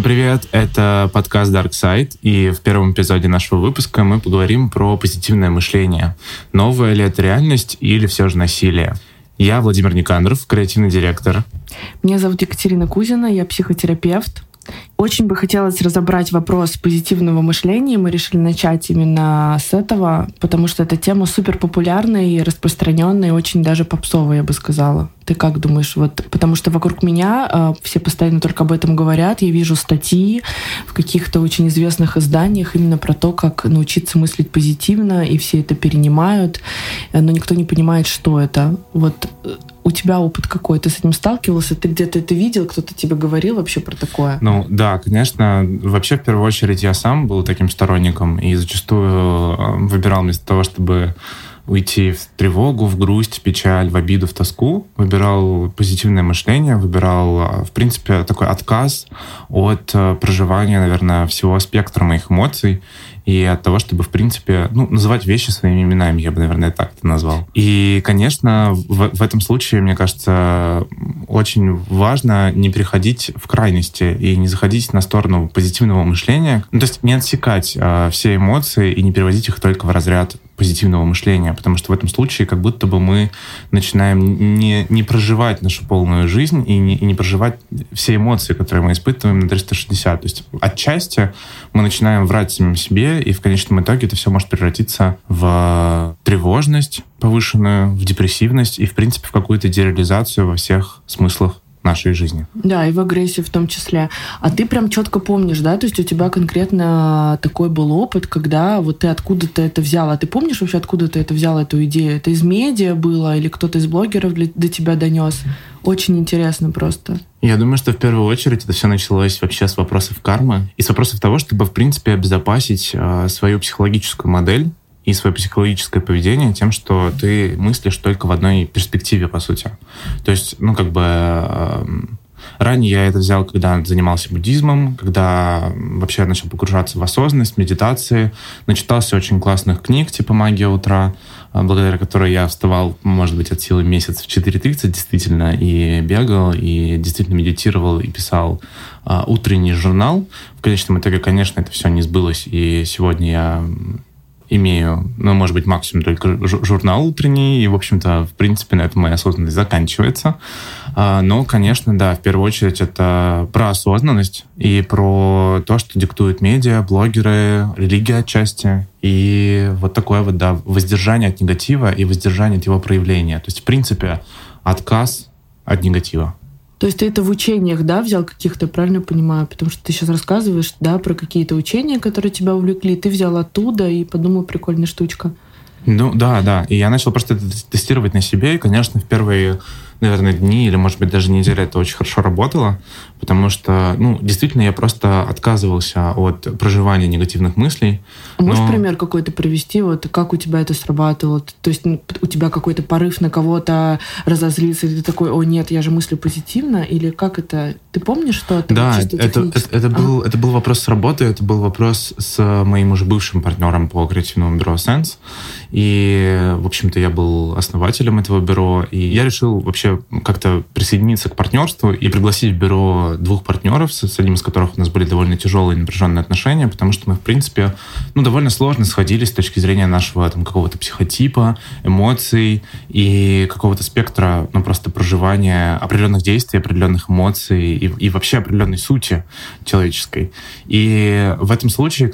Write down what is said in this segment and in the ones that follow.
привет! Это подкаст Dark Side, и в первом эпизоде нашего выпуска мы поговорим про позитивное мышление. Новая ли это реальность или все же насилие? Я Владимир Никандров, креативный директор. Меня зовут Екатерина Кузина, я психотерапевт. Очень бы хотелось разобрать вопрос позитивного мышления. Мы решили начать именно с этого, потому что эта тема супер популярная и распространенная, и очень даже попсовая, я бы сказала. Ты как думаешь? Потому что вокруг меня все постоянно только об этом говорят. Я вижу статьи в каких-то очень известных изданиях именно про то, как научиться мыслить позитивно, и все это перенимают, но никто не понимает, что это. У тебя опыт какой? Ты с этим сталкивался? Ты где-то это видел? Кто-то тебе говорил вообще про такое? Да, конечно. Вообще, в первую очередь, я сам был таким сторонником и зачастую выбирал вместо того, чтобы уйти в тревогу, в грусть, печаль, в обиду, в тоску, выбирал позитивное мышление, выбирал, в принципе, такой отказ от проживания, наверное, всего спектра моих эмоций и от того, чтобы, в принципе, называть вещи своими именами, я бы, наверное, так это назвал. И, конечно, в этом случае, мне кажется, очень важно не переходить в крайности и не заходить на сторону позитивного мышления, то есть не отсекать все эмоции и не переводить их только в разряд позитивного мышления, потому что в этом случае как будто бы мы начинаем не проживать нашу полную жизнь и не проживать все эмоции, которые мы испытываем на 360. То есть отчасти мы начинаем врать самим себе, и в конечном итоге это все может превратиться в тревожность повышенную, в депрессивность и, в принципе, в какую-то дереализацию во всех смыслах нашей жизни. Да, и в агрессии в том числе. А ты прям четко помнишь, да? То есть у тебя конкретно такой был опыт, когда ты откуда-то это взял. А ты помнишь вообще, откуда ты это взял, эту идею? Это из медиа было или кто-то из блогеров до тебя донес? Очень интересно просто. Я думаю, что в первую очередь это все началось вообще с вопросов кармы и с вопросов того, чтобы, в принципе, обезопасить свою психологическую модель и свое психологическое поведение тем, что ты мыслишь только в одной перспективе, по сути. То есть, ранее я это взял, когда занимался буддизмом, когда вообще начал погружаться в осознанность, медитации, начитался очень классных книг, типа «Магия утра», благодаря которой я вставал, может быть, от силы месяц в 4:30 действительно, и бегал, и действительно медитировал, и писал утренний журнал. В конечном итоге, конечно, это все не сбылось, и сегодня я имею, может быть, максимум только журнал утренний, и, в общем-то, в принципе, на этом моя осознанность заканчивается. Но, конечно, да, в первую очередь это про осознанность и про то, что диктуют медиа, блогеры, религия отчасти, и такое воздержание от негатива и воздержание от его проявления. То есть, в принципе, отказ от негатива. То есть ты это в учениях, да, взял каких-то, правильно понимаю? Потому что ты сейчас рассказываешь, да, про какие-то учения, которые тебя увлекли. Ты взял оттуда и подумал, прикольная штучка. Да. И я начал просто это тестировать на себе. И, конечно, в первые, наверное, дни или, может быть, даже недели это очень хорошо работало, потому что, действительно, я просто отказывался от проживания негативных мыслей. Можешь пример какой-то привести, как у тебя это срабатывало? То есть у тебя какой-то порыв на кого-то разозлиться, и ты такой: о нет, я же мыслю позитивно, или как это? Ты помнишь, что это? Да, это был вопрос с работы, это был вопрос с моим уже бывшим партнером по креативному бюро Sense. И, в общем-то, я был основателем этого бюро, и я решил вообще как-то присоединиться к партнерству и пригласить в бюро 2 партнеров, с одним из которых у нас были довольно тяжелые и напряженные отношения, потому что мы, в принципе, довольно сложно сходились с точки зрения нашего какого-то психотипа, эмоций и какого-то спектра, просто проживания определенных действий, определенных эмоций и вообще определенной сути человеческой. И в этом случае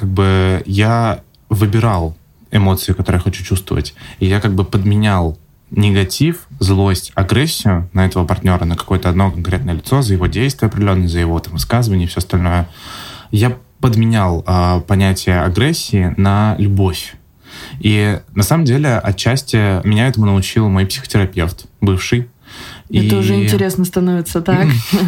я выбирал эмоции, которые я хочу чувствовать, и я подменял негатив, злость, агрессию на этого партнера, на какое-то одно конкретное лицо, за его действия определенные, за его высказывания и все остальное. Я подменял понятие агрессии на любовь. И на самом деле отчасти меня этому научил мой психотерапевт, бывший. Это уже интересно становится, так?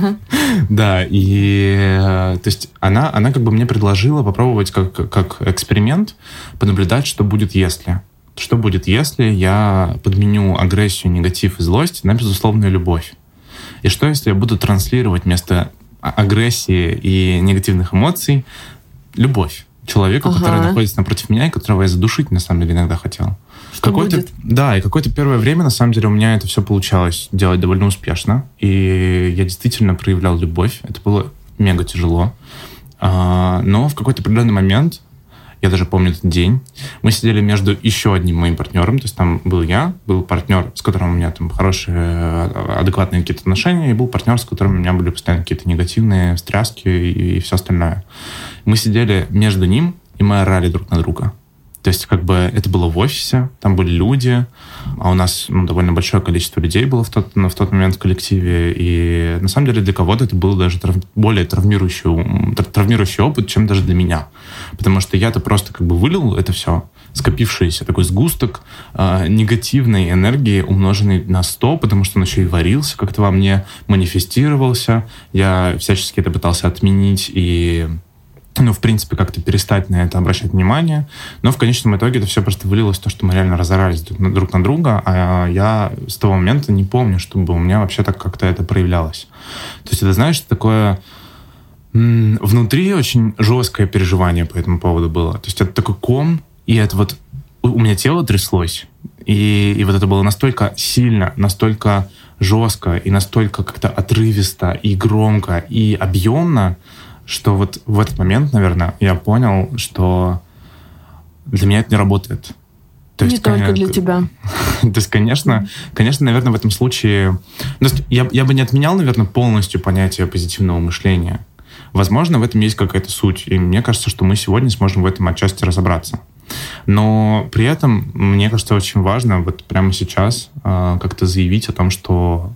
Да, и то есть она мне предложила попробовать как эксперимент понаблюдать, что будет, если. Что будет, если я подменю агрессию, негатив и злость на безусловную любовь? И что, если я буду транслировать вместо агрессии и негативных эмоций любовь человеку, который находится напротив меня и которого я задушить, на самом деле, иногда хотел? Да, и какое-то первое время, на самом деле, у меня это все получалось делать довольно успешно. И я действительно проявлял любовь. Это было мега тяжело. Но в какой-то определенный момент, я даже помню этот день, мы сидели между еще одним моим партнером, то есть там был я, был партнер, с которым у меня там хорошие, адекватные какие-то отношения, и был партнер, с которым у меня были постоянно какие-то негативные встряски и все остальное. Мы сидели между ним, и мы орали друг на друга. То есть как бы это было в офисе, там были люди, а у нас довольно большое количество людей было в тот момент в коллективе, и на самом деле для кого-то это был даже более травмирующий опыт, чем даже для меня. Потому что я-то просто как бы вылил это все, скопившийся такой сгусток негативной энергии, умноженный на 100, потому что он еще и варился, как-то во мне манифестировался, я всячески это пытался отменить и... в принципе, как-то перестать на это обращать внимание. Но в конечном итоге это все просто вылилось в то, что мы реально разорались друг на друга, а я с того момента не помню, чтобы у меня вообще так как-то это проявлялось. То есть это, знаешь, такое... внутри очень жесткое переживание по этому поводу было. То есть это такой ком, и это вот... У меня тело тряслось, и вот это было настолько сильно, настолько жестко, и настолько как-то отрывисто, и громко, и объемно, что вот в этот момент, наверное, я понял, что для меня это не работает. То есть, только для тебя. То есть, конечно, наверное, в этом случае... Я бы не отменял, наверное, полностью понятие позитивного мышления. Возможно, в этом есть какая-то суть. И мне кажется, что мы сегодня сможем в этом отчасти разобраться. Но при этом, мне кажется, очень важно вот прямо сейчас как-то заявить о том, что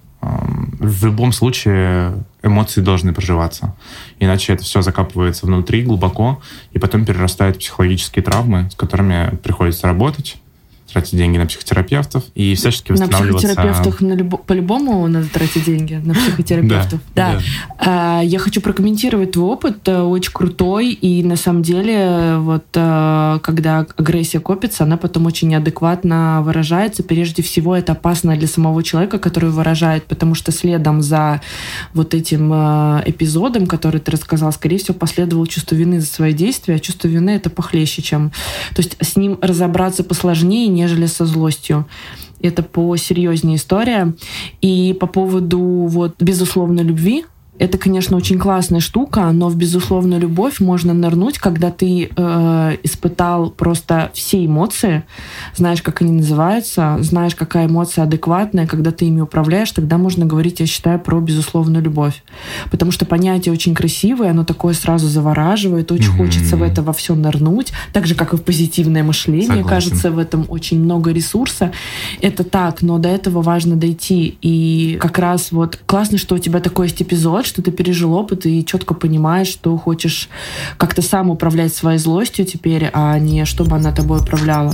в любом случае эмоции должны проживаться. Иначе это все закапывается внутри глубоко и потом перерастает в психологические травмы, с которыми приходится работать, тратить деньги на психотерапевтов и всячески восстанавливаться. На психотерапевтах по-любому надо тратить деньги, на психотерапевтов. Да. Я хочу прокомментировать твой опыт, очень крутой, и на самом деле вот когда агрессия копится, она потом очень неадекватно выражается. Прежде всего, это опасно для самого человека, который выражает, потому что следом за вот этим эпизодом, который ты рассказал, скорее всего, последовало чувство вины за свои действия, а чувство вины — это похлеще, чем... То есть с ним разобраться посложнее, нежели со злостью. Это посерьезнее история. И по поводу вот безусловной любви, это, конечно, очень классная штука, но в безусловную любовь можно нырнуть, когда ты испытал просто все эмоции, знаешь, как они называются, знаешь, какая эмоция адекватная, когда ты ими управляешь, тогда можно говорить, я считаю, про безусловную любовь. Потому что понятие очень красивое, оно такое сразу завораживает, очень хочется в это во все нырнуть, так же, как и в позитивное мышление. Согласен. Кажется, в этом очень много ресурса. Это так, но до этого важно дойти. И как раз вот классно, что у тебя такой есть эпизод, что ты пережил опыт и четко понимаешь, что хочешь как-то сам управлять своей злостью теперь, а не чтобы она тобой управляла.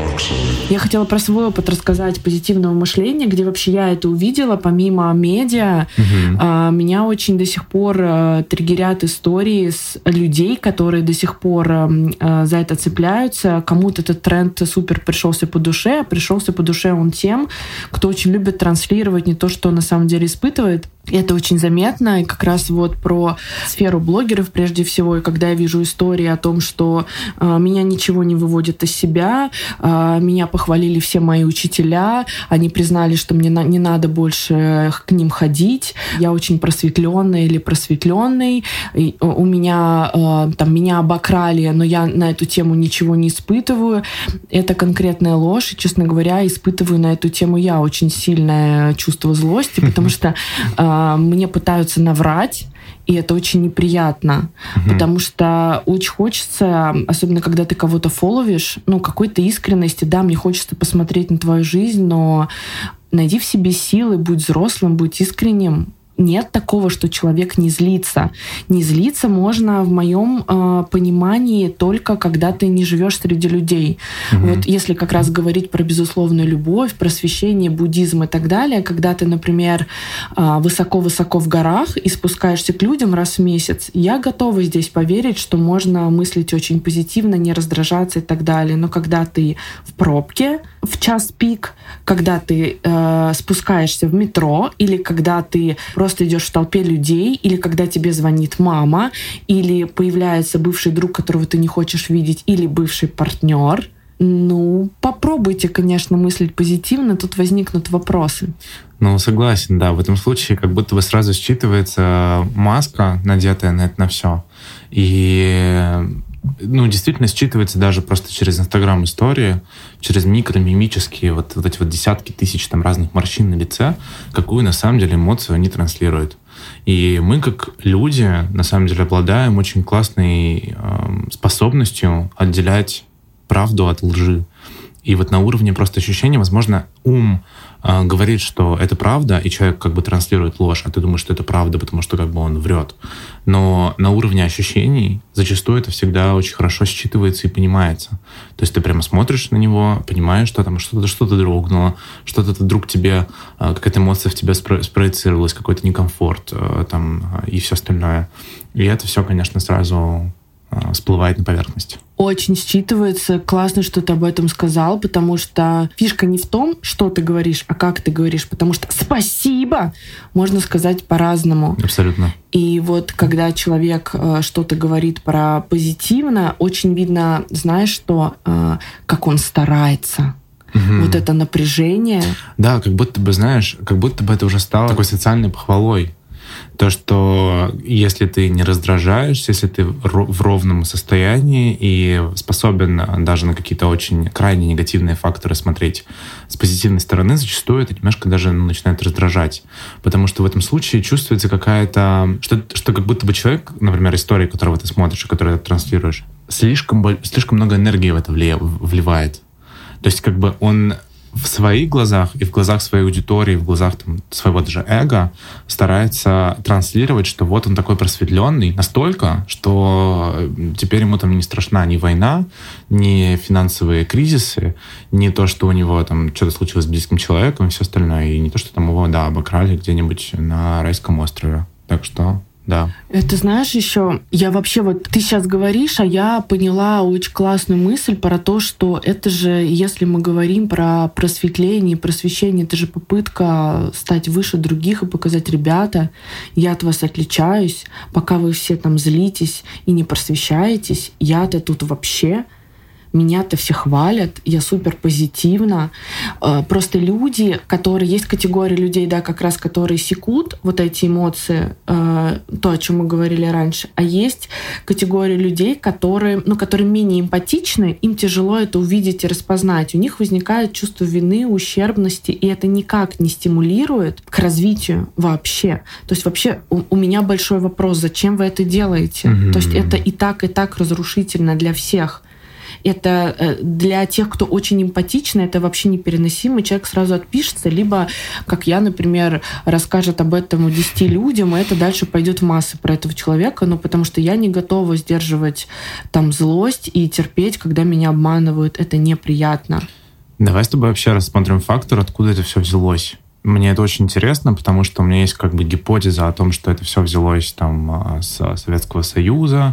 Я хотела про свой опыт рассказать позитивного мышления, где вообще я это увидела, помимо медиа. Меня очень до сих пор триггерят истории с людей, которые до сих пор за это цепляются. Кому-то этот тренд супер пришелся по душе, а пришелся по душе он тем, кто очень любит транслировать не то, что на самом деле испытывает. И это очень заметно. И как раз вот про сферу блогеров прежде всего. И когда я вижу истории о том, что меня ничего не выводит из себя, меня похвалили все мои учителя, они признали, что мне не надо больше к ним ходить, я очень просветленная или просветленный, у меня там меня обокрали, но я на эту тему ничего не испытываю. Это конкретная ложь. И, честно говоря, испытываю на эту тему я очень сильное чувство злости, потому что мне пытаются наврать, и это очень неприятно, потому что очень хочется, особенно когда ты кого-то фолловишь, какой-то искренности, да, мне хочется посмотреть на твою жизнь, но найди в себе силы, будь взрослым, будь искренним. Нет такого, что человек не злится. Не злиться можно, в моем понимании, только когда ты не живешь среди людей. Вот если как раз говорить про безусловную любовь, просвещение, буддизм и так далее, когда ты, например, высоко-высоко в горах и спускаешься к людям раз в месяц, я готова здесь поверить, что можно мыслить очень позитивно, не раздражаться и так далее. Но когда ты в пробке в час пик, когда ты спускаешься в метро, или когда ты просто идешь в толпе людей, или когда тебе звонит мама, или появляется бывший друг, которого ты не хочешь видеть, или бывший партнер, попробуйте, конечно, мыслить позитивно, тут возникнут вопросы. Ну, согласен, да. В этом случае как будто бы сразу считывается маска, надетая на это на все. И действительно считывается даже просто через Инстаграм-истории, через микромимические вот эти вот десятки тысяч там разных морщин на лице, какую на самом деле эмоцию они транслируют. И мы, как люди, на самом деле обладаем очень классной способностью отделять правду от лжи. И вот на уровне просто ощущения, возможно, ум говорит, что это правда, и человек как бы транслирует ложь, а ты думаешь, что это правда, потому что как бы он врет. Но на уровне ощущений зачастую это всегда очень хорошо считывается и понимается. То есть ты прямо смотришь на него, понимаешь, что там что-то дрогнуло, что-то вдруг тебе, какая-то эмоция в тебя спроецировалась, какой-то некомфорт там, и все остальное. И это все, конечно, сразу всплывает на поверхность. Очень считывается. Классно, что ты об этом сказал, потому что фишка не в том, что ты говоришь, а как ты говоришь, потому что «спасибо» можно сказать по-разному. Абсолютно. И вот когда человек что-то говорит про позитивно, очень видно, знаешь, что как он старается. Вот это напряжение. Да, как будто бы, знаешь, как будто бы это уже стало такой социальной похвалой. То, что если ты не раздражаешься, если ты в ровном состоянии и способен даже на какие-то очень крайне негативные факторы смотреть с позитивной стороны, зачастую это немножко даже начинает раздражать. Потому что в этом случае чувствуется какая-то... Что как будто бы человек, например, истории, которого ты смотришь и которую ты транслируешь, слишком много энергии в это вливает. То есть как бы он в своих глазах и в глазах своей аудитории, в глазах там, своего даже эго старается транслировать, что вот он такой просветленный настолько, что теперь ему там не страшна ни война, ни финансовые кризисы, ни то, что у него там что-то случилось с близким человеком и все остальное, и не то, что там его, обокрали где-нибудь на райском острове. Так что... Да. Это знаешь еще, я вообще вот ты сейчас говоришь, а я поняла очень классную мысль про то, что это же, если мы говорим про просветление, просвещение, это же попытка стать выше других и показать: ребята, я от вас отличаюсь, пока вы все там злитесь и не просвещаетесь, я-то тут вообще... Меня-то все хвалят, я супер позитивна. Просто люди, которые... Есть категория людей, да, как раз, которые секут вот эти эмоции, то, о чем мы говорили раньше. А есть категория людей, которые менее эмпатичны, им тяжело это увидеть и распознать. У них возникает чувство вины, ущербности, и это никак не стимулирует к развитию вообще. То есть вообще у меня большой вопрос, зачем вы это делаете? То есть это и так разрушительно для всех. Это для тех, кто очень эмпатичный, это вообще непереносимо. Человек сразу отпишется, либо, как я, например, расскажет об этом 10 людям, и это дальше пойдет в массы про этого человека, потому что я не готова сдерживать там злость и терпеть, когда меня обманывают. Это неприятно. Давай с тобой вообще рассмотрим фактор, откуда это все взялось. Мне это очень интересно, потому что у меня есть как бы гипотеза о том, что это все взялось там с Советского Союза,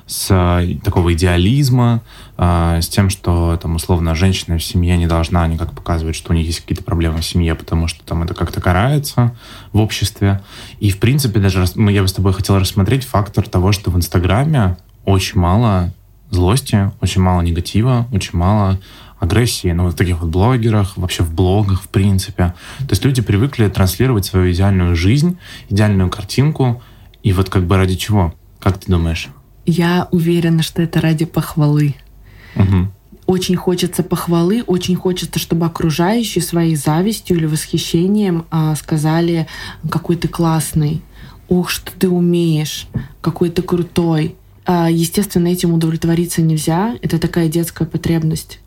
с такого идеализма, с тем, что там условно женщина в семье не должна никак показывать, что у них есть какие-то проблемы в семье, потому что там это как-то карается в обществе. И в принципе даже я бы с тобой хотел рассмотреть фактор того, что в Инстаграме очень мало злости, очень мало негатива, очень мало агрессии, в таких вот блогерах, вообще в блогах, в принципе. То есть люди привыкли транслировать свою идеальную жизнь, идеальную картинку, и вот как бы ради чего? Как ты думаешь? Я уверена, что это ради похвалы. Угу. Очень хочется похвалы, очень хочется, чтобы окружающие своей завистью или восхищением сказали: какой ты классный, ух, что ты умеешь, какой ты крутой. Естественно, этим удовлетвориться нельзя, это такая детская потребность.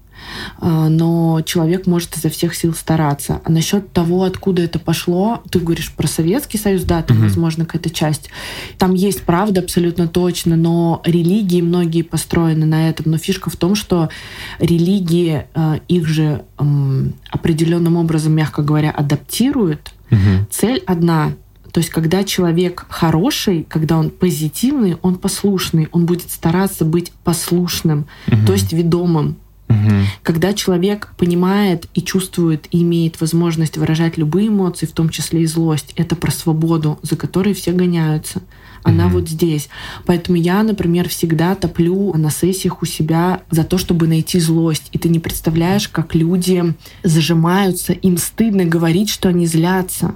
Но человек может изо всех сил стараться. А насчет того, откуда это пошло, ты говоришь про Советский Союз, да, там, возможно, какая-то часть. Там есть правда абсолютно точно, но религии многие построены на этом. Но фишка в том, что религии их же определенным образом, мягко говоря, адаптируют. Цель одна. То есть, когда человек хороший, когда он позитивный, он послушный, он будет стараться быть послушным, то есть ведомым. Когда человек понимает и чувствует, и имеет возможность выражать любые эмоции, в том числе и злость, это про свободу, за которой все гоняются. Она вот здесь. Поэтому я, например, всегда топлю на сессиях у себя за то, чтобы найти злость. И ты не представляешь, как люди зажимаются, им стыдно говорить, что они злятся.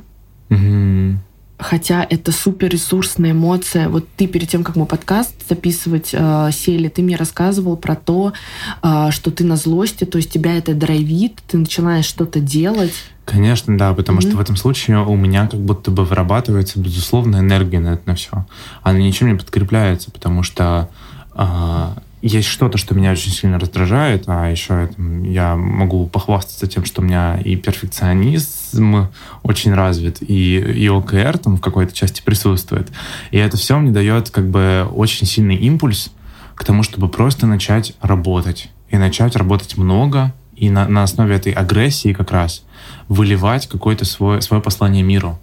Хотя это суперресурсная эмоция. Вот ты перед тем, как мы подкаст записывать сели, ты мне рассказывал про то, что ты на злости, то есть тебя это драйвит, ты начинаешь что-то делать. Конечно, да, потому что в этом случае у меня как будто бы вырабатывается, безусловно, энергия на это на все. Она ничем не подкрепляется, потому что есть что-то, что меня очень сильно раздражает, а еще я могу похвастаться тем, что у меня и перфекционизм очень развит, и ОКР там в какой-то части присутствует. И это все мне дает как бы очень сильный импульс к тому, чтобы просто начать работать. И начать работать много, и на основе этой агрессии как раз выливать какое-то свое послание миру.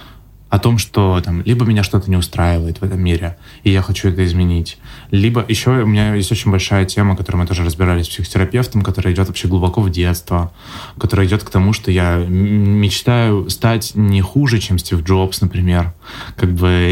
О том, что там либо меня что-то не устраивает в этом мире, и я хочу это изменить. Либо еще у меня есть очень большая тема, которую мы тоже разбирали с психотерапевтом, которая идет вообще глубоко в детство, которая идет к тому, что я мечтаю стать не хуже, чем Стив Джобс, например. Как бы,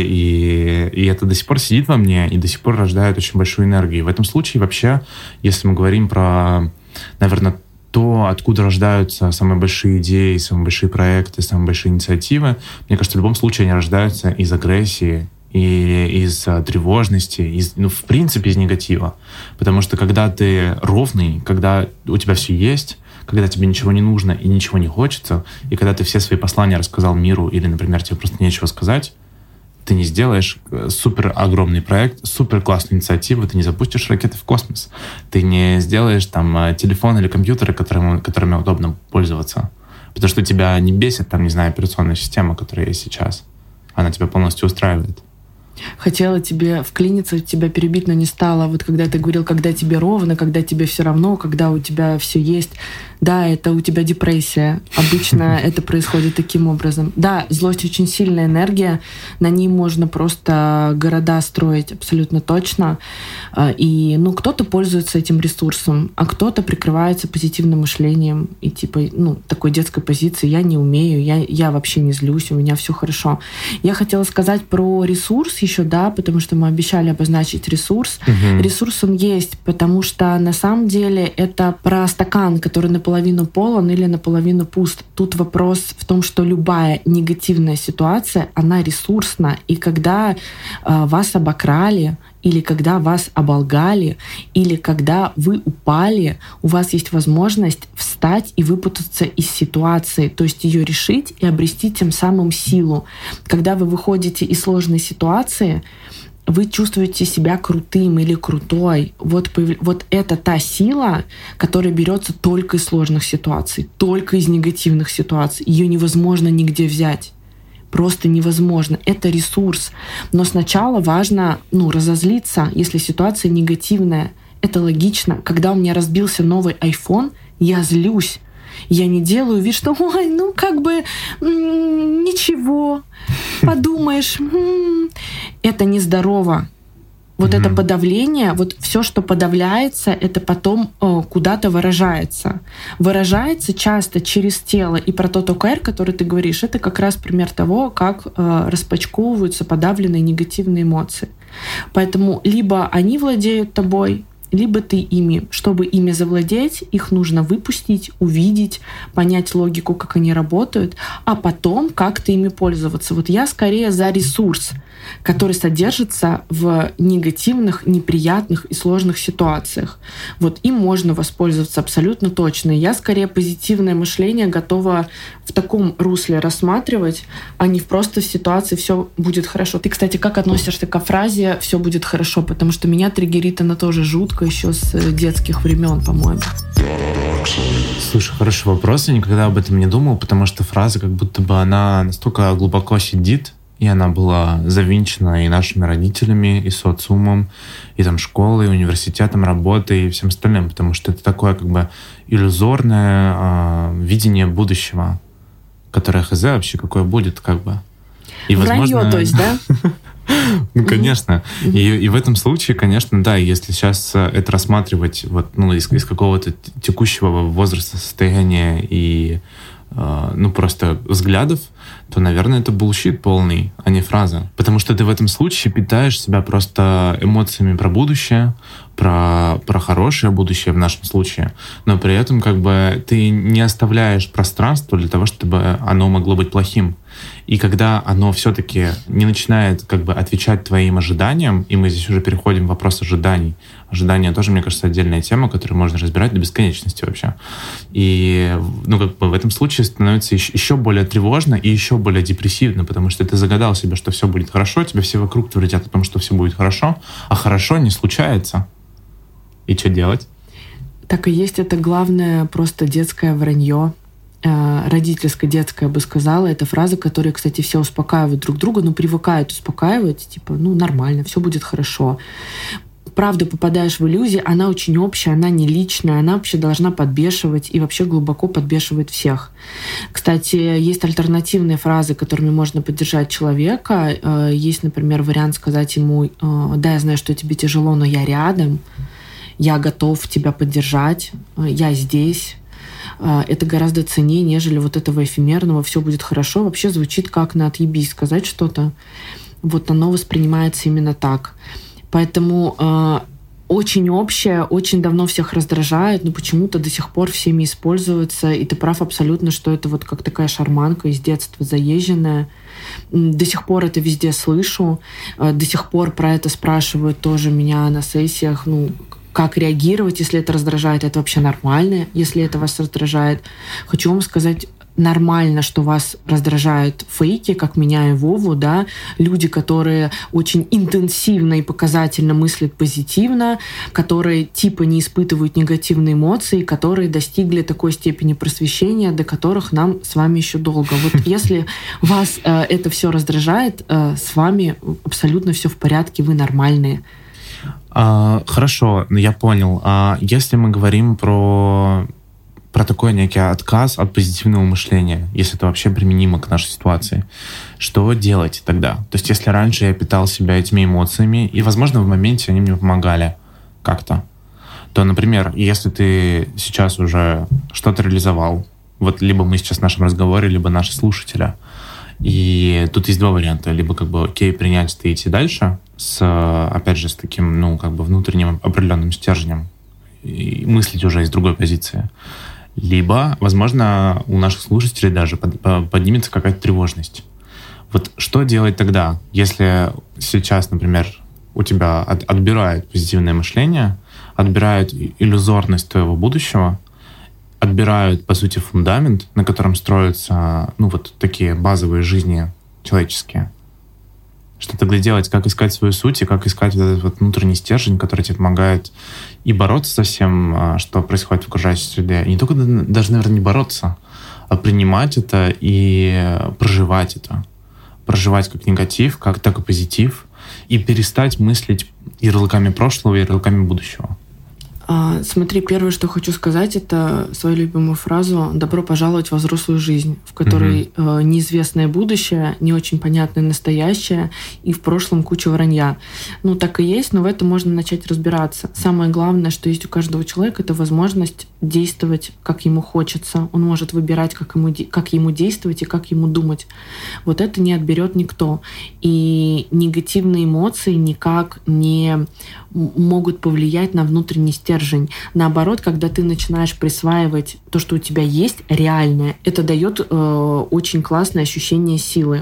и это до сих пор сидит во мне, и до сих пор рождает очень большую энергию. И в этом случае вообще, если мы говорим про, наверное, то, откуда рождаются самые большие идеи, самые большие проекты, самые большие инициативы, мне кажется, в любом случае они рождаются из агрессии, и из тревожности, в принципе, из негатива. Потому что когда ты ровный, когда у тебя все есть, когда тебе ничего не нужно и ничего не хочется, и когда ты все свои послания рассказал миру, или, например, тебе просто нечего сказать, ты не сделаешь супер огромный проект, супер классную инициативу, ты не запустишь ракеты в космос, ты не сделаешь там телефон или компьютеры, которыми удобно пользоваться. Потому что тебя не бесит, там, не знаю, операционная система, которая есть сейчас. Она тебя полностью устраивает. Хотела тебе вклиниться, тебя перебить, но не стала. Вот когда ты говорил, когда тебе ровно, когда тебе все равно, когда у тебя все есть. Да, это у тебя депрессия. Обычно это происходит таким образом. Да, злость очень сильная энергия. На ней можно просто города строить абсолютно точно. И, кто-то пользуется этим ресурсом, а кто-то прикрывается позитивным мышлением и такой детской позиции. Я не умею, я вообще не злюсь, у меня все хорошо. Я хотела сказать про ресурс еще, да, потому что мы обещали обозначить ресурс. Ресурс он есть, потому что на самом деле это про стакан, который наполовину полон или наполовину пуст. Тут вопрос в том, что любая негативная ситуация, она ресурсна. И когда вас обокрали, или когда вас оболгали, или когда вы упали, у вас есть возможность встать и выпутаться из ситуации, то есть ее решить и обрести тем самым силу. Когда вы выходите из сложной ситуации, вы чувствуете себя крутым или крутой. Вот это та сила, которая берется только из сложных ситуаций, только из негативных ситуаций. Ее невозможно нигде взять. Просто невозможно. Это ресурс. Но сначала важно разозлиться, если ситуация негативная. Это логично. Когда у меня разбился новый iPhone, я злюсь. Я не делаю вид, что ничего, подумаешь, это нездорово. Вот это подавление, вот все, что подавляется, это потом куда-то выражается. Выражается часто через тело. И про тот ОКР, который ты говоришь, это как раз пример того, как распачковываются подавленные негативные эмоции. Поэтому либо они владеют тобой, либо ты ими. Чтобы ими завладеть, их нужно выпустить, увидеть, понять логику, как они работают, а потом как-то ими пользоваться. Вот я скорее за ресурс, который содержится в негативных, неприятных и сложных ситуациях. Вот им можно воспользоваться абсолютно точно. Я скорее позитивное мышление готова в таком русле рассматривать, а не просто в ситуации «все будет хорошо». Ты, кстати, как относишься к фразе «все будет хорошо»? Потому что меня триггерит она тоже жутко еще с детских времен, по-моему. Слушай, хороший вопрос. Я никогда об этом не думал, потому что фраза как будто бы она настолько глубоко сидит, и она была завинчена и нашими родителями, и социумом, и там школой, и университетом, работой, и всем остальным, потому что это такое как бы иллюзорное видение будущего, которое хз вообще какое будет, как бы. И, вранье, возможно, то есть, да? Ну, конечно. И в этом случае, конечно, да, если сейчас это рассматривать вот, ну, из какого-то текущего возраста, состояния и ну, просто взглядов, то, наверное, это булшит полный, а не фраза. Потому что ты в этом случае питаешь себя просто эмоциями про будущее, про хорошее будущее в нашем случае, но при этом как бы ты не оставляешь пространства для того, чтобы оно могло быть плохим. И когда оно все-таки не начинает как бы отвечать твоим ожиданиям, и мы здесь уже переходим в вопрос ожиданий. Ожидания тоже, мне кажется, отдельная тема, которую можно разбирать до бесконечности вообще. И ну, как бы в этом случае становится еще более тревожно и еще более депрессивно, потому что ты загадал себе, что все будет хорошо, тебе все вокруг твердят о том, что все будет хорошо, а хорошо не случается. И что делать? Так и есть, это главное просто детское вранье. Родительское, детское, я бы сказала. Это фраза, которой, кстати, все успокаивают друг друга, но привыкают успокаивать, типа, ну, нормально, все будет хорошо. Правда, попадаешь в иллюзии, она очень общая, она не личная, она вообще должна подбешивать и вообще глубоко подбешивает всех. Кстати, есть альтернативные фразы, которыми можно поддержать человека. Есть, например, вариант сказать ему: да, я знаю, что тебе тяжело, но я рядом, я готов тебя поддержать, я здесь. Это гораздо ценнее, нежели вот этого эфемерного «все будет хорошо». Вообще звучит как на «отъебись» сказать что-то. Вот оно воспринимается именно так. Поэтому очень общее, очень давно всех раздражает, но почему-то до сих пор всеми используется. И ты прав абсолютно, что это вот как такая шарманка из детства заезженная. До сих пор это везде слышу. До сих пор про это спрашивают тоже меня на сессиях. Ну, как реагировать, если это раздражает? Это вообще нормально, если это вас раздражает? Хочу вам сказать, нормально, что вас раздражают фейки, как меня и Вову, да, люди, которые очень интенсивно и показательно мыслят позитивно, которые типа не испытывают негативные эмоции, которые достигли такой степени просвещения, до которых нам с вами еще долго. Вот если вас это все раздражает, с вами абсолютно все в порядке, вы нормальные. Хорошо, я понял. Если мы говорим про такой некий отказ от позитивного мышления, если это вообще применимо к нашей ситуации, что делать тогда? То есть если раньше я питал себя этими эмоциями, и, возможно, в моменте они мне помогали как-то, то, например, если ты сейчас уже что-то реализовал, вот либо мы сейчас в нашем разговоре, либо наши слушатели, и тут есть два варианта. Либо как бы окей, принять это и идти дальше, опять же, с таким, ну, как бы внутренним определенным стержнем, и мыслить уже из другой позиции. Либо, возможно, у наших слушателей даже поднимется какая-то тревожность. Вот что делать тогда, если сейчас, например, у тебя отбирают позитивное мышление, отбирают иллюзорность твоего будущего, отбирают, по сути, фундамент, на котором строятся, ну, вот такие базовые жизни человеческие. Что тогда делать? Как искать свою суть и как искать этот вот внутренний стержень, который тебе помогает и бороться со всем, что происходит в окружающей среде. И не только даже, наверное, не бороться, а принимать это и проживать это. Проживать как негатив, так и позитив. И перестать мыслить ярлыками прошлого и ярлыками будущего. Смотри, первое, что хочу сказать, это свою любимую фразу «добро пожаловать во взрослую жизнь», в которой неизвестное будущее, не очень понятное настоящее и в прошлом куча вранья. Ну, так и есть, но в этом можно начать разбираться. Самое главное, что есть у каждого человека, это возможность действовать, как ему хочется. Он может выбирать, как ему действовать и как ему думать. Вот это не отберет никто. И негативные эмоции никак не могут повлиять на внутренний стержень. Наоборот, когда ты начинаешь присваивать то, что у тебя есть, реальное, это дает очень классное ощущение силы.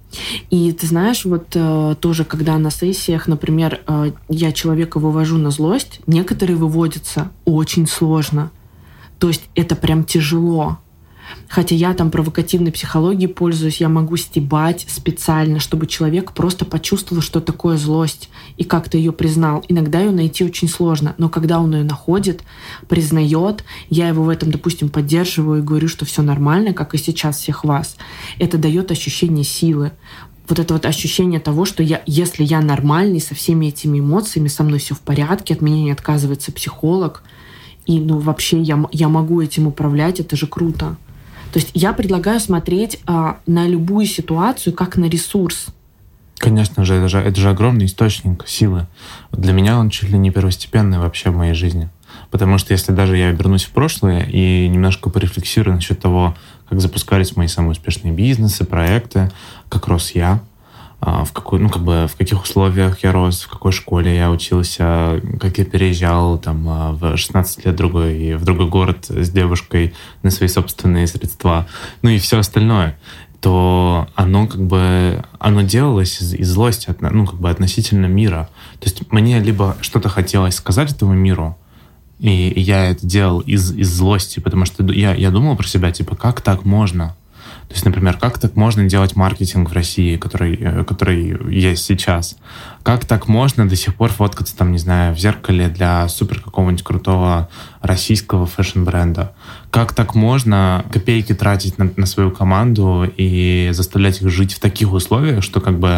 И ты знаешь, вот тоже, когда на сессиях, например, я человека вывожу на злость, некоторые выводятся очень сложно. То есть это прям тяжело. Хотя я там провокативной психологией пользуюсь, я могу стебать специально, чтобы человек просто почувствовал, что такое злость, и как-то ее признал. Иногда ее найти очень сложно, но когда он ее находит, признает, я его в этом, допустим, поддерживаю и говорю, что все нормально, как и сейчас всех вас. Это дает ощущение силы. Вот это вот ощущение того, что если я нормальный со всеми этими эмоциями, со мной все в порядке, от меня не отказывается психолог, и вообще я могу этим управлять, это же круто. То есть я предлагаю смотреть на любую ситуацию как на ресурс. Конечно же, это же огромный источник силы. Для меня он чуть ли не первостепенный вообще в моей жизни. Потому что если даже я вернусь в прошлое и немножко порефлексирую насчет того, как запускались мои самые успешные бизнесы, проекты, как рос я, в каких условиях я рос, в какой школе я учился, как я переезжал там, в 16 лет в другой город с девушкой на свои собственные средства, ну и все остальное, то оно делалось из злости, относительно мира. То есть мне либо что-то хотелось сказать этому миру, и я это делал из злости, потому что я думал про себя, типа, как так можно? То есть, например, как так можно делать маркетинг в России, который есть сейчас? Как так можно до сих пор фоткаться, там, не знаю, в зеркале для супер какого-нибудь крутого российского фэшн-бренда? Как так можно копейки тратить на свою команду и заставлять их жить в таких условиях, что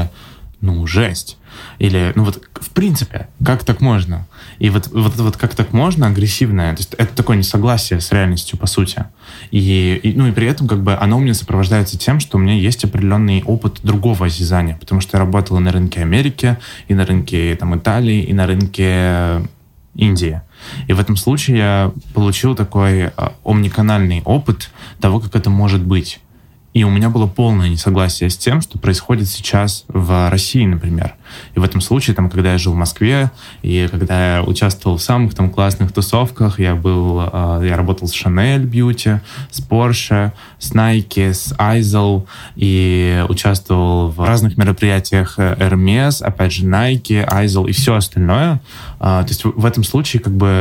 жесть? Или, в принципе, как так можно? И вот как так можно, агрессивное, то есть это такое несогласие с реальностью, по сути. И при этом оно у меня сопровождается тем, что у меня есть определенный опыт другого осязания, потому что я работал и на рынке Америки, и на рынке Италии, и на рынке Индии. И в этом случае я получил такой омниканальный опыт того, как это может быть. И у меня было полное несогласие с тем, что происходит сейчас в России, например. И в этом случае, когда я жил в Москве, и когда я участвовал в самых классных тусовках, я работал с Chanel Beauty, с Porsche, с Nike, с Izal, и участвовал в разных мероприятиях Hermes, опять же Nike, Izal и все остальное. То есть в этом случае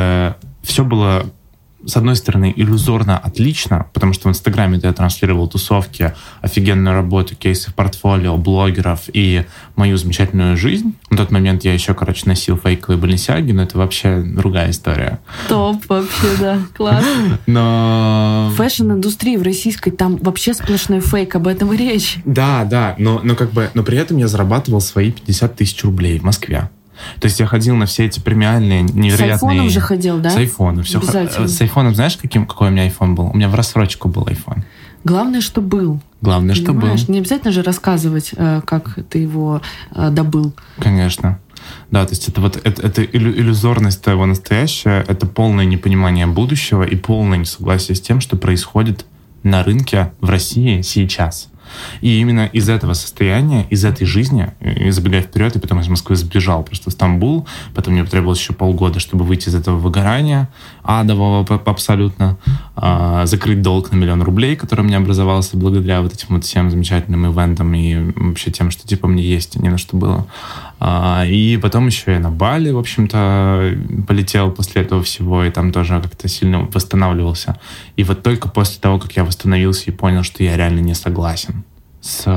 все было, с одной стороны, иллюзорно отлично, потому что в Инстаграме я транслировал тусовки, офигенную работу, кейсы в портфолио, блогеров и мою замечательную жизнь. На тот момент я еще, носил фейковые Balenciaga, но это вообще другая история. Топ вообще, да, класс. Но... Фэшн-индустрия в российской, там вообще сплошной фейк, об этом и речь. Да, но при этом я зарабатывал свои 50 тысяч рублей в Москве. То есть я ходил на все эти премиальные, невероятные... С айфоном же ходил, да? С айфоном. С айфоном, знаешь, какой у меня айфон был? У меня в рассрочку был айфон. Главное, что был. Главное, что был. Не обязательно же рассказывать, как ты его добыл. Конечно. Да, то есть это иллюзорность твоего настоящего, это полное непонимание будущего и полное несогласие с тем, что происходит на рынке в России сейчас. И именно из этого состояния, из этой жизни, и забегая вперед, я потом из Москвы сбежал просто в Стамбул, потом мне потребовалось еще полгода, чтобы выйти из этого выгорания адового абсолютно, закрыть долг на 1 000 000 рублей, который у меня образовался благодаря этим всем замечательным ивентам и вообще тем, что мне есть, не на что было. И потом еще я на Бали, в общем-то, полетел после этого всего, и там тоже как-то сильно восстанавливался. И вот только после того, как я восстановился и понял, что я реально не согласен с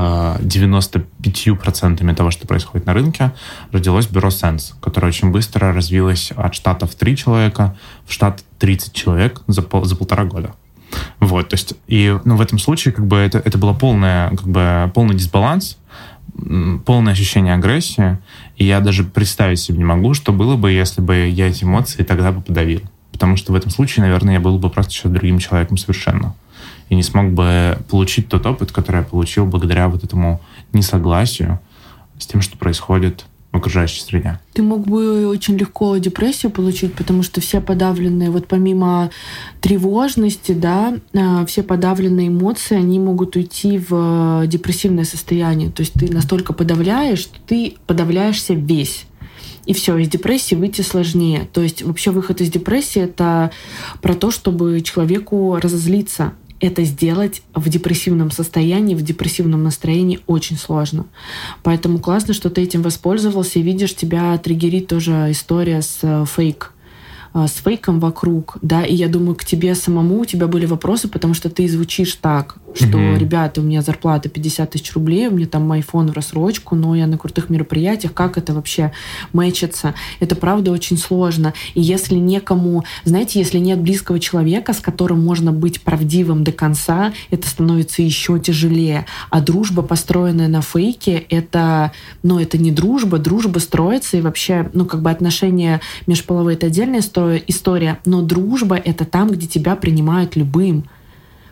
95% того, что происходит на рынке, родилось бюро Sense, которое очень быстро развилось от штата в 3 человека в штат 30 человек за 1,5 года. Вот, то есть, и в этом случае это было полный дисбаланс, полное ощущение агрессии, и я даже представить себе не могу, что было бы, если бы я эти эмоции тогда бы подавил. Потому что в этом случае, наверное, я был бы просто сейчас другим человеком совершенно. И не смог бы получить тот опыт, который я получил благодаря этому несогласию с тем, что происходит в окружающей среде. Ты мог бы очень легко депрессию получить, потому что все подавленные, помимо тревожности, да, все подавленные эмоции, они могут уйти в депрессивное состояние. То есть ты настолько подавляешь, что ты подавляешься весь. И все, из депрессии выйти сложнее. То есть вообще выход из депрессии — это про то, чтобы человеку разозлиться. Это сделать в депрессивном состоянии, в депрессивном настроении очень сложно. Поэтому классно, что ты этим воспользовался. И видишь, тебя триггерит тоже история с фейком вокруг, да, и я думаю, к тебе самому у тебя были вопросы, потому что ты звучишь так, что, ребята, у меня зарплата 50 тысяч рублей, у меня там айфон в рассрочку, но я на крутых мероприятиях, как это вообще мэчится? Это правда очень сложно. И если некому, знаете, если нет близкого человека, с которым можно быть правдивым до конца, это становится еще тяжелее. А дружба, построенная на фейке, это не дружба, дружба строится, и вообще, отношения межполовые — это отдельная история, но дружба — это там, где тебя принимают любым.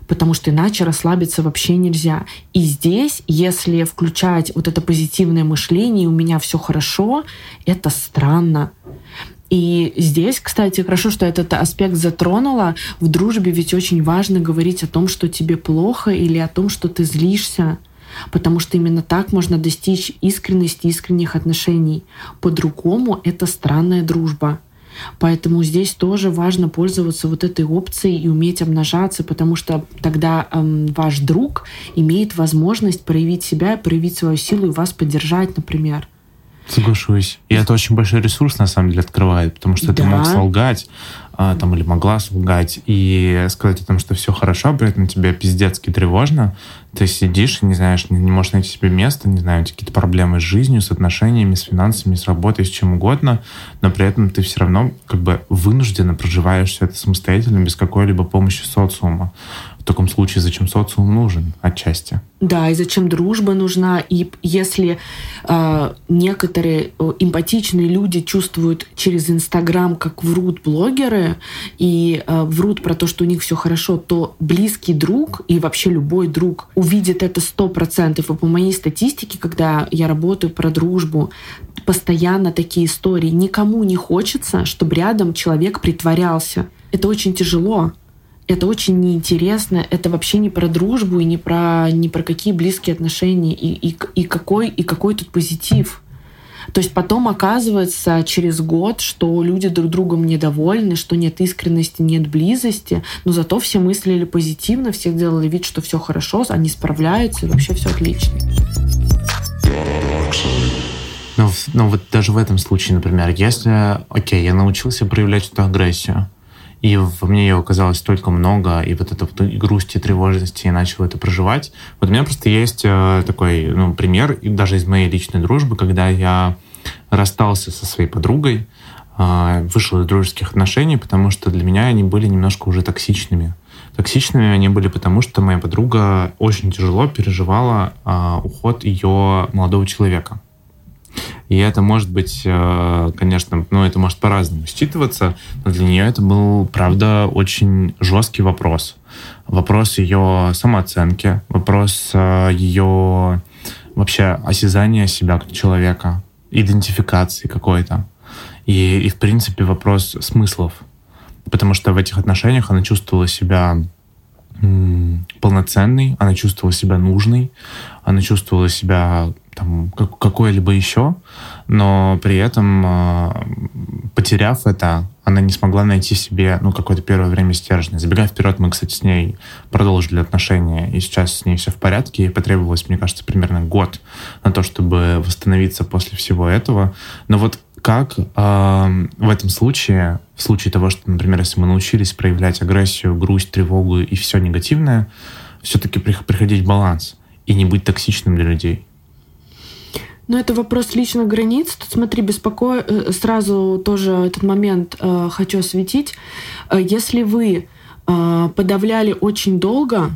потому что иначе расслабиться вообще нельзя. И здесь, если включать вот это позитивное мышление, и у меня все хорошо, это странно. И здесь, кстати, хорошо, что этот аспект затронула. В дружбе ведь очень важно говорить о том, что тебе плохо, или о том, что ты злишься. Потому что именно так можно достичь искренности, искренних отношений. По-другому это странная дружба. Поэтому здесь тоже важно пользоваться вот этой опцией и уметь обнажаться, потому что тогда ваш друг имеет возможность проявить себя, проявить свою силу и вас поддержать, например. Соглашусь. И это очень большой ресурс, на самом деле, открывает, потому что ты мог солгать, или могла солгать, и сказать о том, что все хорошо, при этом тебе пиздецки тревожно. Ты сидишь и не знаешь, не можешь найти себе место, не знаю, какие-то проблемы с жизнью, с отношениями, с финансами, с работой, с чем угодно, но при этом ты все равно как бы вынужденно проживаешь все это самостоятельно, без какой-либо помощи социума. В таком случае зачем социум нужен отчасти? Да, и зачем дружба нужна? И если некоторые эмпатичные люди чувствуют через Инстаграм, как врут блогеры, и врут про то, что у них все хорошо, то близкий друг и вообще любой друг увидит это 100%. И по моей статистике, когда я работаю про дружбу, постоянно такие истории. Никому не хочется, чтобы рядом человек притворялся. Это очень тяжело. Это очень неинтересно, это вообще не про дружбу и не про какие близкие отношения, и какой тут позитив. То есть потом оказывается через год, что люди друг другом недовольны, что нет искренности, нет близости, но зато все мыслили позитивно, все делали вид, что все хорошо, они справляются, и вообще все отлично. Но вот даже в этом случае, например, если, я научился проявлять эту агрессию, и во мне ее оказалось столько много, и вот эту и грусть, и тревожность, и начал это проживать. Вот у меня просто есть такой пример, и даже из моей личной дружбы, когда я расстался со своей подругой, вышел из дружеских отношений, потому что для меня они были немножко уже токсичными. Токсичными они были потому, что моя подруга очень тяжело переживала уход ее молодого человека. И это может быть, конечно, это может по-разному считываться, но для нее это был, правда, очень жесткий вопрос. Вопрос ее самооценки, вопрос ее вообще осязания себя как человека, идентификации какой-то. И в принципе, вопрос смыслов. Потому что в этих отношениях она чувствовала себя полноценной, она чувствовала себя нужной, она чувствовала себя какое-либо еще, но при этом, потеряв это, она не смогла найти себе какое-то первое время стержня. Забегая вперед, мы, кстати, с ней продолжили отношения, и сейчас с ней все в порядке, и потребовалось, мне кажется, примерно год на то, чтобы восстановиться после всего этого. Но вот как в этом случае, в случае того, что, например, если мы научились проявлять агрессию, грусть, тревогу и все негативное, все-таки приходить в баланс и не быть токсичным для людей? Но это вопрос личных границ. Тут, смотри, сразу тоже этот момент хочу осветить. Если вы подавляли очень долго,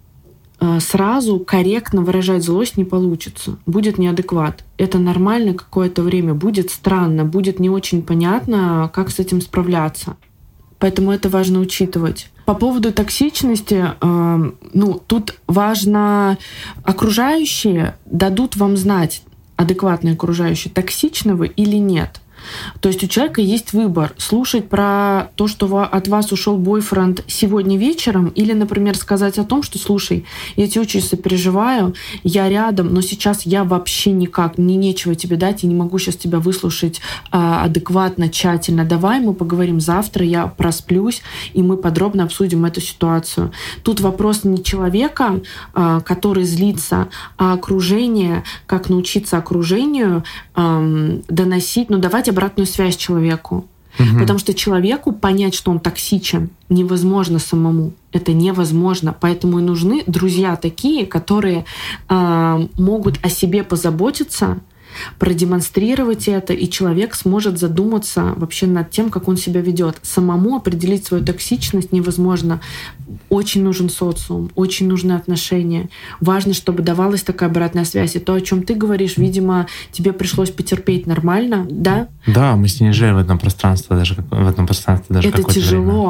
сразу корректно выражать злость не получится. Будет неадекват. Это нормально какое-то время. Будет странно, будет не очень понятно, как с этим справляться. Поэтому это важно учитывать. По поводу токсичности, тут важно, окружающие дадут вам знать, адекватные окружающие, токсичны вы или нет. То есть у человека есть выбор: слушать про то, что от вас ушел бойфренд сегодня вечером, или, например, сказать о том, что, слушай, я тебе очень сопереживаю, я рядом, но сейчас я вообще никак, мне нечего тебе дать, я не могу сейчас тебя выслушать адекватно, тщательно. Давай мы поговорим завтра, я просплюсь, и мы подробно обсудим эту ситуацию. Тут вопрос не человека, который злится, а окружение, как научиться окружению доносить, давать обратную связь человеку. Угу. Потому что человеку понять, что он токсичен, невозможно самому. Это невозможно. Поэтому и нужны друзья такие, которые могут о себе позаботиться, продемонстрировать это, и человек сможет задуматься вообще над тем, как он себя ведет. Самому определить свою токсичность невозможно. Очень нужен социум, очень нужны отношения. Важно, чтобы давалась такая обратная связь. И то, о чем ты говоришь, видимо, тебе пришлось потерпеть нормально, да? Да, мы с ней жили в этом пространстве даже это какое-то тяжело. время.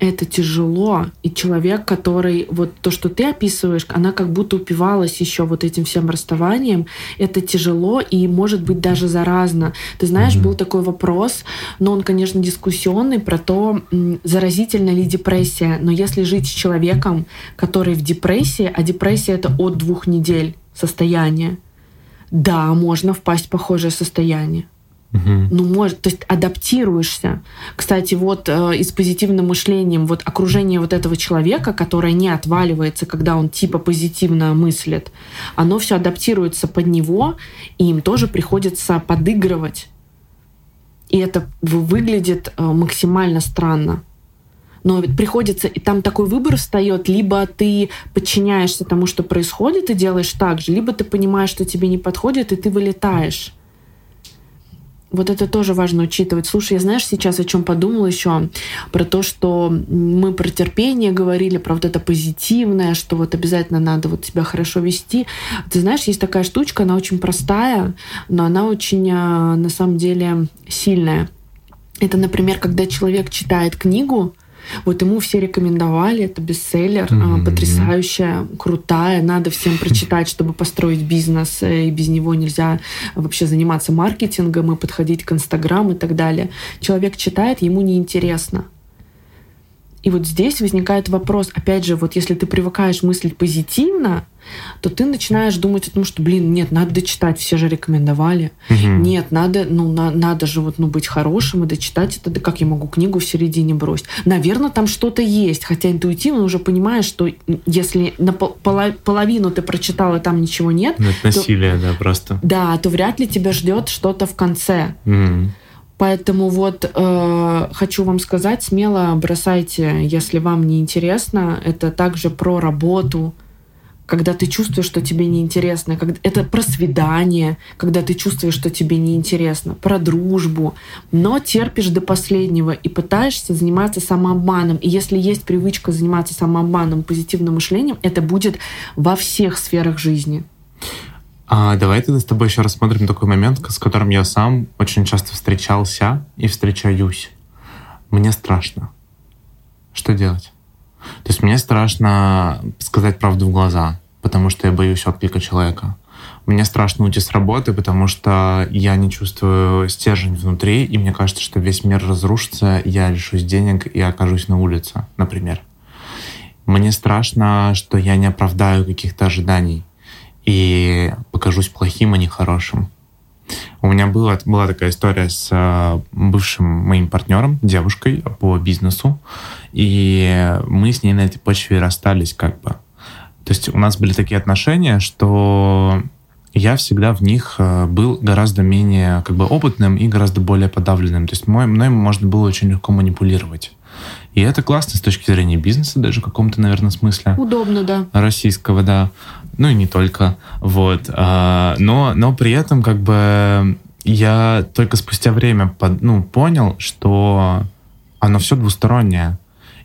это тяжело. И человек, который вот то, что ты описываешь, она как будто упивалась еще вот этим всем расставанием. Это тяжело и может быть даже заразно. Ты знаешь, был такой вопрос, но он, конечно, дискуссионный, про то, заразительна ли депрессия. Но если жить с человеком, который в депрессии, а депрессия — это от 2 недель состояние, да, можно впасть в похожее состояние. Ну, может, то есть адаптируешься. Кстати, вот и с позитивным мышлением, вот окружение вот этого человека, которое не отваливается, когда он типа позитивно мыслит, оно все адаптируется под него, и им тоже приходится подыгрывать. И это выглядит максимально странно. Но ведь приходится, и там такой выбор встает, либо ты подчиняешься тому, что происходит, и делаешь так же, либо ты понимаешь, что тебе не подходит, и ты вылетаешь. Вот это тоже важно учитывать. Слушай, я, знаешь, сейчас о чем подумала еще? Про то, что мы про терпение говорили, про вот это позитивное, что вот обязательно надо вот себя хорошо вести. Ты знаешь, есть такая штучка, она очень простая, но она очень, на самом деле, сильная. Это, например, когда человек читает книгу, вот ему все рекомендовали, это бестселлер, потрясающая, крутая, надо всем прочитать, чтобы построить бизнес, и без него нельзя вообще заниматься маркетингом и подходить к Инстаграм и так далее. Человек читает, ему неинтересно. И вот здесь возникает вопрос, опять же, вот если ты привыкаешь мыслить позитивно, то ты начинаешь думать о том, что, нет, надо дочитать, все же рекомендовали. Нет, надо, надо же быть хорошим и дочитать это. Да как я могу книгу в середине бросить? Наверное, там что-то есть, хотя интуитивно уже понимаешь, что если на половину ты прочитал, и там ничего нет... Это насилие, да, просто. Да, то вряд ли тебя ждет что-то в конце. Поэтому вот хочу вам сказать, смело бросайте, если вам не интересно. Это также про работу, когда ты чувствуешь, что тебе неинтересно. Это про свидание, когда ты чувствуешь, что тебе неинтересно. Про дружбу. Но терпишь до последнего и пытаешься заниматься самообманом. И если есть привычка заниматься самообманом, позитивным мышлением, это будет во всех сферах жизни. Давай тогда с тобой еще рассмотрим такой момент, с которым я сам очень часто встречался и встречаюсь. Мне страшно. Что делать? То есть мне страшно сказать правду в глаза, потому что я боюсь отклика человека. Мне страшно уйти с работы, потому что я не чувствую стержень внутри, и мне кажется, что весь мир разрушится, я лишусь денег и окажусь на улице, например. Мне страшно, что я не оправдаю каких-то ожиданий и покажусь плохим, а не хорошим. У меня была такая история с бывшим моим партнером, девушкой по бизнесу, и мы с ней на этой почве расстались как бы. То есть у нас были такие отношения, что я всегда в них был гораздо менее как бы опытным и гораздо более подавленным. То есть мной можно было очень легко манипулировать. И это классно с точки зрения бизнеса, даже в каком-то, наверное, смысле. Удобно, да. Российского, да. Ну и не только. Вот. Но при этом как бы я только спустя время понял, что оно все двустороннее.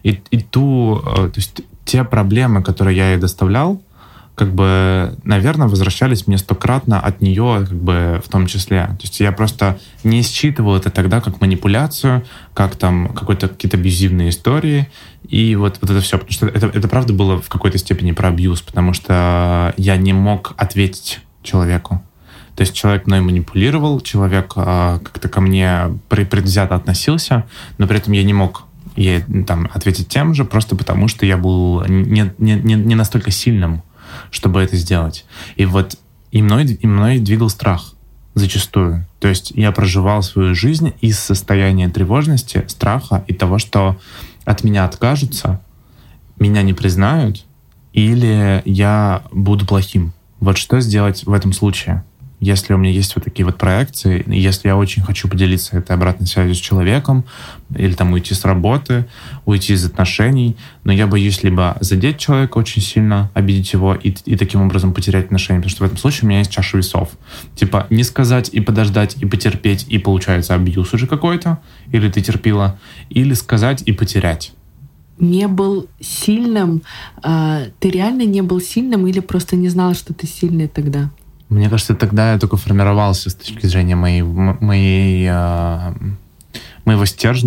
То есть те проблемы, которые я ей доставлял, как бы, наверное, возвращались мне стократно от нее, как бы, в том числе. То есть я просто не считывал это тогда как манипуляцию, как там какие-то абьюзивные истории. И вот это все. Потому что это правда было в какой-то степени про абьюз, потому что я не мог ответить человеку. То есть человек мной манипулировал, человек как-то ко мне предвзято относился, но при этом я не мог ей там ответить тем же, просто потому что я был не настолько сильным, чтобы это сделать. И вот и мной двигал страх зачастую. То есть я проживал свою жизнь из состояния тревожности, страха и того, что от меня откажутся, меня не признают, или я буду плохим. Вот что сделать в этом случае? Если у меня есть вот такие вот проекции, если я очень хочу поделиться этой обратной связью с человеком, или там уйти с работы, уйти из отношений, но я боюсь либо задеть человека очень сильно, обидеть его и таким образом потерять отношения, потому что в этом случае у меня есть чаша весов. Типа не сказать и подождать, и потерпеть, и получается абьюз уже какой-то, или ты терпила, или сказать и потерять. Не был сильным. Ты реально не был сильным или просто не знал, что ты сильный тогда? Мне кажется, тогда я только формировался с точки зрения моего стержня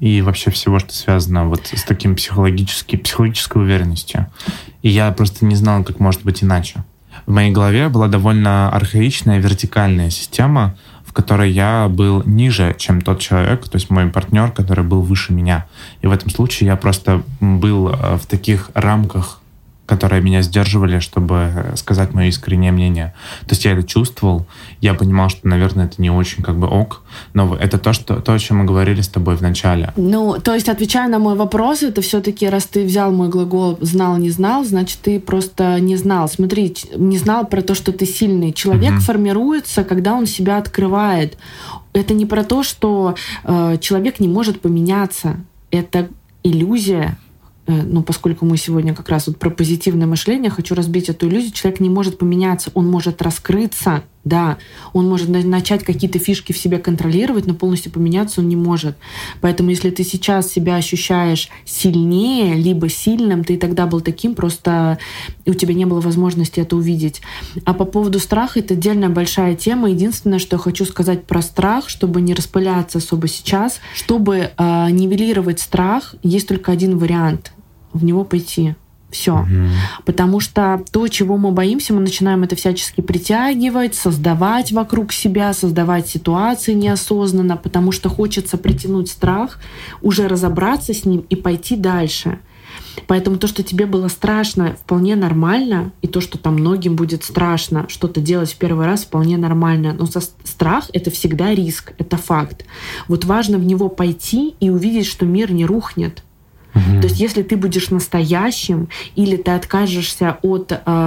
и вообще всего, что связано вот с таким психологической уверенностью. И я просто не знал, как может быть иначе. В моей голове была довольно архаичная вертикальная система, в которой я был ниже, чем тот человек, то есть мой партнер, который был выше меня. И в этом случае я просто был в таких рамках, которые меня сдерживали, чтобы сказать мое искреннее мнение. То есть я это чувствовал, я понимал, что, наверное, это не очень как бы ок, но это то, о чем мы говорили с тобой в начале. Ну, то есть, отвечая на мой вопрос, это все-таки, раз ты взял мой глагол «знал, не знал», значит, ты просто не знал. Смотри, не знал про то, что ты сильный. Человек формируется, когда он себя открывает. Это не про то, что человек не может поменяться. Это иллюзия. Ну, поскольку мы сегодня как раз вот про позитивное мышление, хочу разбить эту иллюзию. Человек не может поменяться, он может раскрыться, да, он может начать какие-то фишки в себе контролировать, но полностью поменяться он не может. Поэтому если ты сейчас себя ощущаешь сильнее, либо сильным, ты и тогда был таким, просто у тебя не было возможности это увидеть. А по поводу страха, это отдельная большая тема. Единственное, что я хочу сказать про страх, чтобы не распыляться особо сейчас, чтобы нивелировать страх, есть только один вариант — в него пойти. Все. Потому что то, чего мы боимся, мы начинаем это всячески притягивать, создавать вокруг себя, создавать ситуации неосознанно, потому что хочется притянуть страх, уже разобраться с ним и пойти дальше. Поэтому то, что тебе было страшно, вполне нормально, и то, что там многим будет страшно что-то делать в первый раз, вполне нормально. Но страх — это всегда риск, это факт. Вот важно в него пойти и увидеть, что мир не рухнет. То есть если ты будешь настоящим или ты откажешься от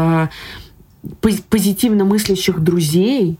позитивно мыслящих друзей,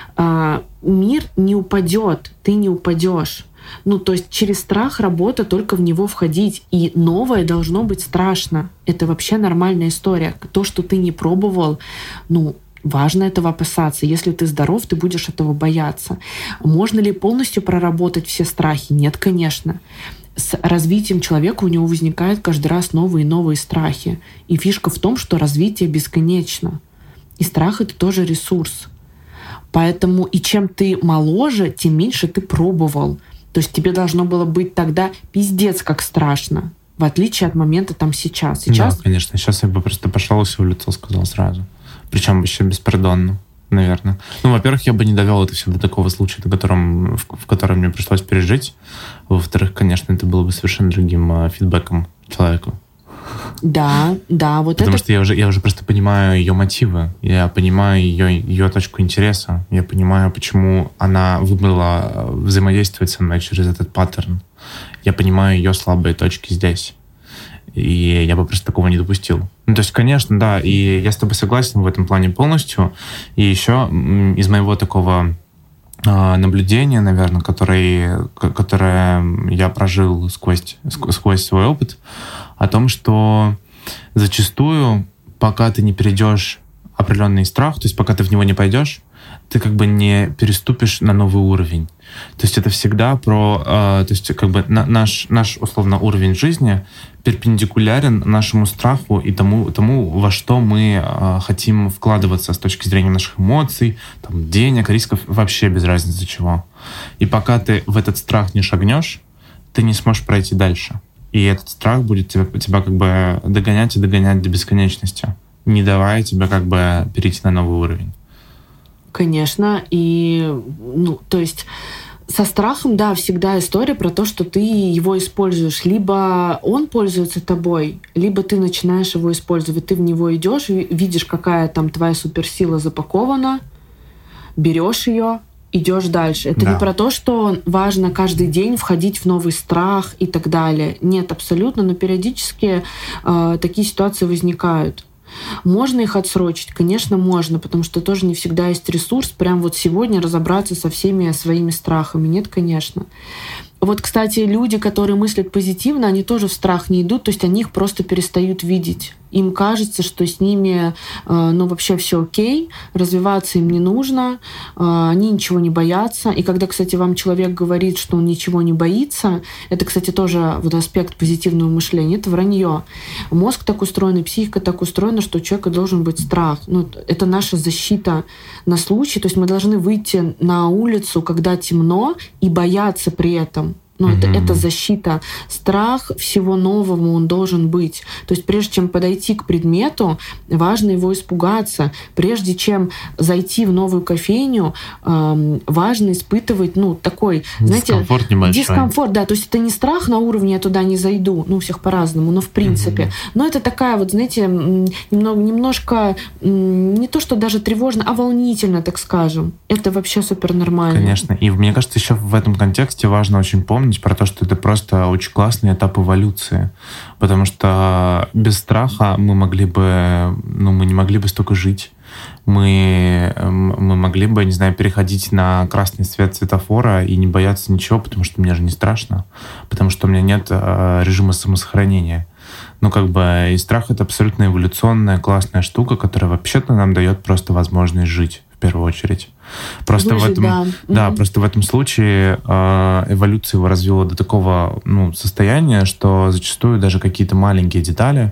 мир не упадет, ты не упадешь. Ну, то есть через страх работа только в него входить. И новое должно быть страшно. Это вообще нормальная история. То, что ты не пробовал, ну, важно этого опасаться. Если ты здоров, ты будешь этого бояться. Можно ли полностью проработать все страхи? Нет, конечно. С развитием человека у него возникают каждый раз новые и новые страхи. И фишка в том, что развитие бесконечно. И страх — это тоже ресурс. Поэтому и чем ты моложе, тем меньше ты пробовал. То есть тебе должно было быть тогда пиздец как страшно, в отличие от момента там сейчас. Да, конечно. Сейчас я бы просто пошел и все в лицо сказал сразу. Причем еще беспардонно, наверное. Ну, во-первых, я бы не довел это все до такого случая, в котором мне пришлось пережить. Во-вторых, конечно, это было бы совершенно другим фидбэком человеку. Да, вот Потому это... что я уже просто понимаю ее мотивы, я понимаю ее точку интереса, я понимаю, почему она выбрала взаимодействовать со мной через этот паттерн. Я понимаю ее слабые точки здесь. И я бы просто такого не допустил. Ну, то есть, конечно, да, и я с тобой согласен в этом плане полностью. И еще из моего такого наблюдения, наверное, которое я прожил сквозь свой опыт, о том, что зачастую, пока ты не перейдешь определенный страх, то есть пока ты в него не пойдешь, ты как бы не переступишь на новый уровень. То есть это всегда про... то есть как бы наш условно уровень жизни перпендикулярен нашему страху и тому, во что мы хотим вкладываться с точки зрения наших эмоций, там, денег, рисков, вообще без разницы чего. И пока ты в этот страх не шагнешь, ты не сможешь пройти дальше. И этот страх будет тебя как бы догонять и догонять до бесконечности, не давая тебе как бы перейти на новый уровень. Конечно. И, ну, то есть со страхом, да, всегда история про то, что ты его используешь. Либо он пользуется тобой, либо ты начинаешь его использовать. Ты в него идешь, видишь, какая там твоя суперсила запакована, берешь ее, идешь дальше. Это не про то, что важно каждый день входить в новый страх и так далее. Нет, абсолютно, но периодически такие ситуации возникают. Можно их отсрочить? Конечно, можно, потому что тоже не всегда есть ресурс прям вот сегодня разобраться со всеми своими страхами. Нет, конечно. Вот, кстати, люди, которые мыслят позитивно, они тоже в страх не идут, то есть они их просто перестают видеть. Им кажется, что с ними вообще все окей, развиваться им не нужно, они ничего не боятся. И когда, кстати, вам человек говорит, что он ничего не боится, это, кстати, тоже вот аспект позитивного мышления, это вранье. Мозг так устроен, и психика так устроена, что у человека должен быть страх. Ну, это наша защита на случай, то есть мы должны выйти на улицу, когда темно, и бояться при этом. Ну, это защита. Страх всего нового, он должен быть. То есть прежде чем подойти к предмету, важно его испугаться. Прежде чем зайти в новую кофейню, важно испытывать, такой, дискомфорт небольшой. Дискомфорт, да. То есть это не страх на уровне «я туда не зайду», у всех по-разному, но в принципе. Но это такая немножко не то, что даже тревожно, а волнительно, так скажем. Это вообще супер нормально. Конечно. И мне кажется, еще в этом контексте важно очень помнить про то, что это просто очень классный этап эволюции. Потому что без страха мы не могли бы столько жить. Мы могли бы, переходить на красный свет светофора и не бояться ничего, потому что мне же не страшно, потому что у меня нет режима самосохранения. И страх — это абсолютно эволюционная классная штука, которая вообще-то нам дает просто возможность жить в первую очередь. Просто выжить, просто в этом случае эволюция его развила до такого состояния, что зачастую даже какие-то маленькие детали,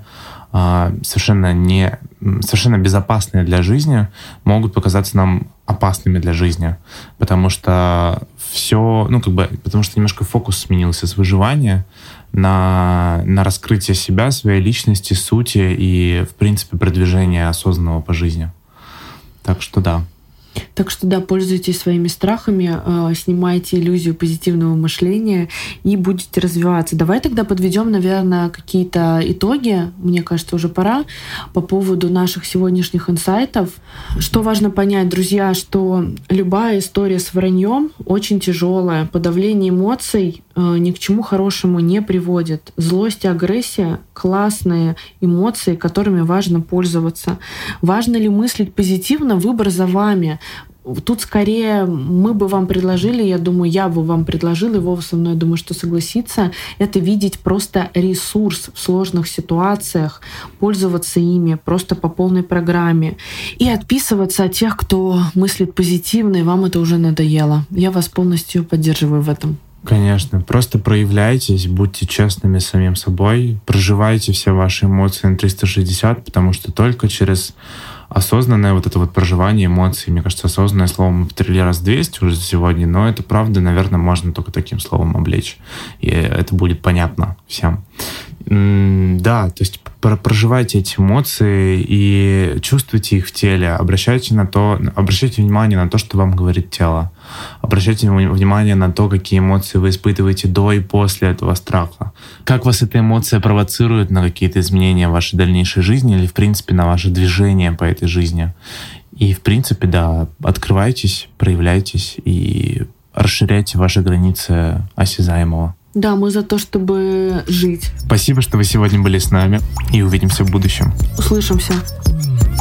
совершенно безопасные для жизни, могут показаться нам опасными для жизни, потому что потому что немножко фокус сменился с выживания на раскрытие себя, своей личности, сути и, в принципе, продвижение осознанного по жизни. Так что да. Пользуйтесь своими страхами, снимайте иллюзию позитивного мышления и будете развиваться. Давай тогда подведем, наверное, какие-то итоги. Мне кажется, уже пора по поводу наших сегодняшних инсайтов. Что важно понять, друзья, что любая история с враньем очень тяжелая. Подавление эмоций ни к чему хорошему не приводит. Злость и агрессия — классные эмоции, которыми важно пользоваться. Важно ли мыслить позитивно? Выбор за вами. Тут скорее мы бы вам предложили, я думаю, я бы вам предложила, и Вова со мной, думаю, что согласится, это видеть просто ресурс в сложных ситуациях, пользоваться ими просто по полной программе и отписываться от тех, кто мыслит позитивно, и вам это уже надоело. Я вас полностью поддерживаю в этом. Конечно. Просто проявляйтесь, будьте честными с самим собой, проживайте все ваши эмоции на 360, потому что только через осознанное проживание эмоций, мне кажется, осознанное слово мы повторили раз 200 уже сегодня, но это правда, наверное, можно только таким словом облечь, и это будет понятно всем. Да, то есть проживайте эти эмоции и чувствуйте их в теле, обращайте внимание на то, что вам говорит тело, обращайте внимание на то, какие эмоции вы испытываете до и после этого страха, как вас эта эмоция провоцирует на какие-то изменения в вашей дальнейшей жизни или, в принципе, на ваше движение по этой жизни. И, в принципе, да, открывайтесь, проявляйтесь и расширяйте ваши границы осязаемого. Да, мы за то, чтобы жить. Спасибо, что вы сегодня были с нами, и увидимся в будущем. Услышимся.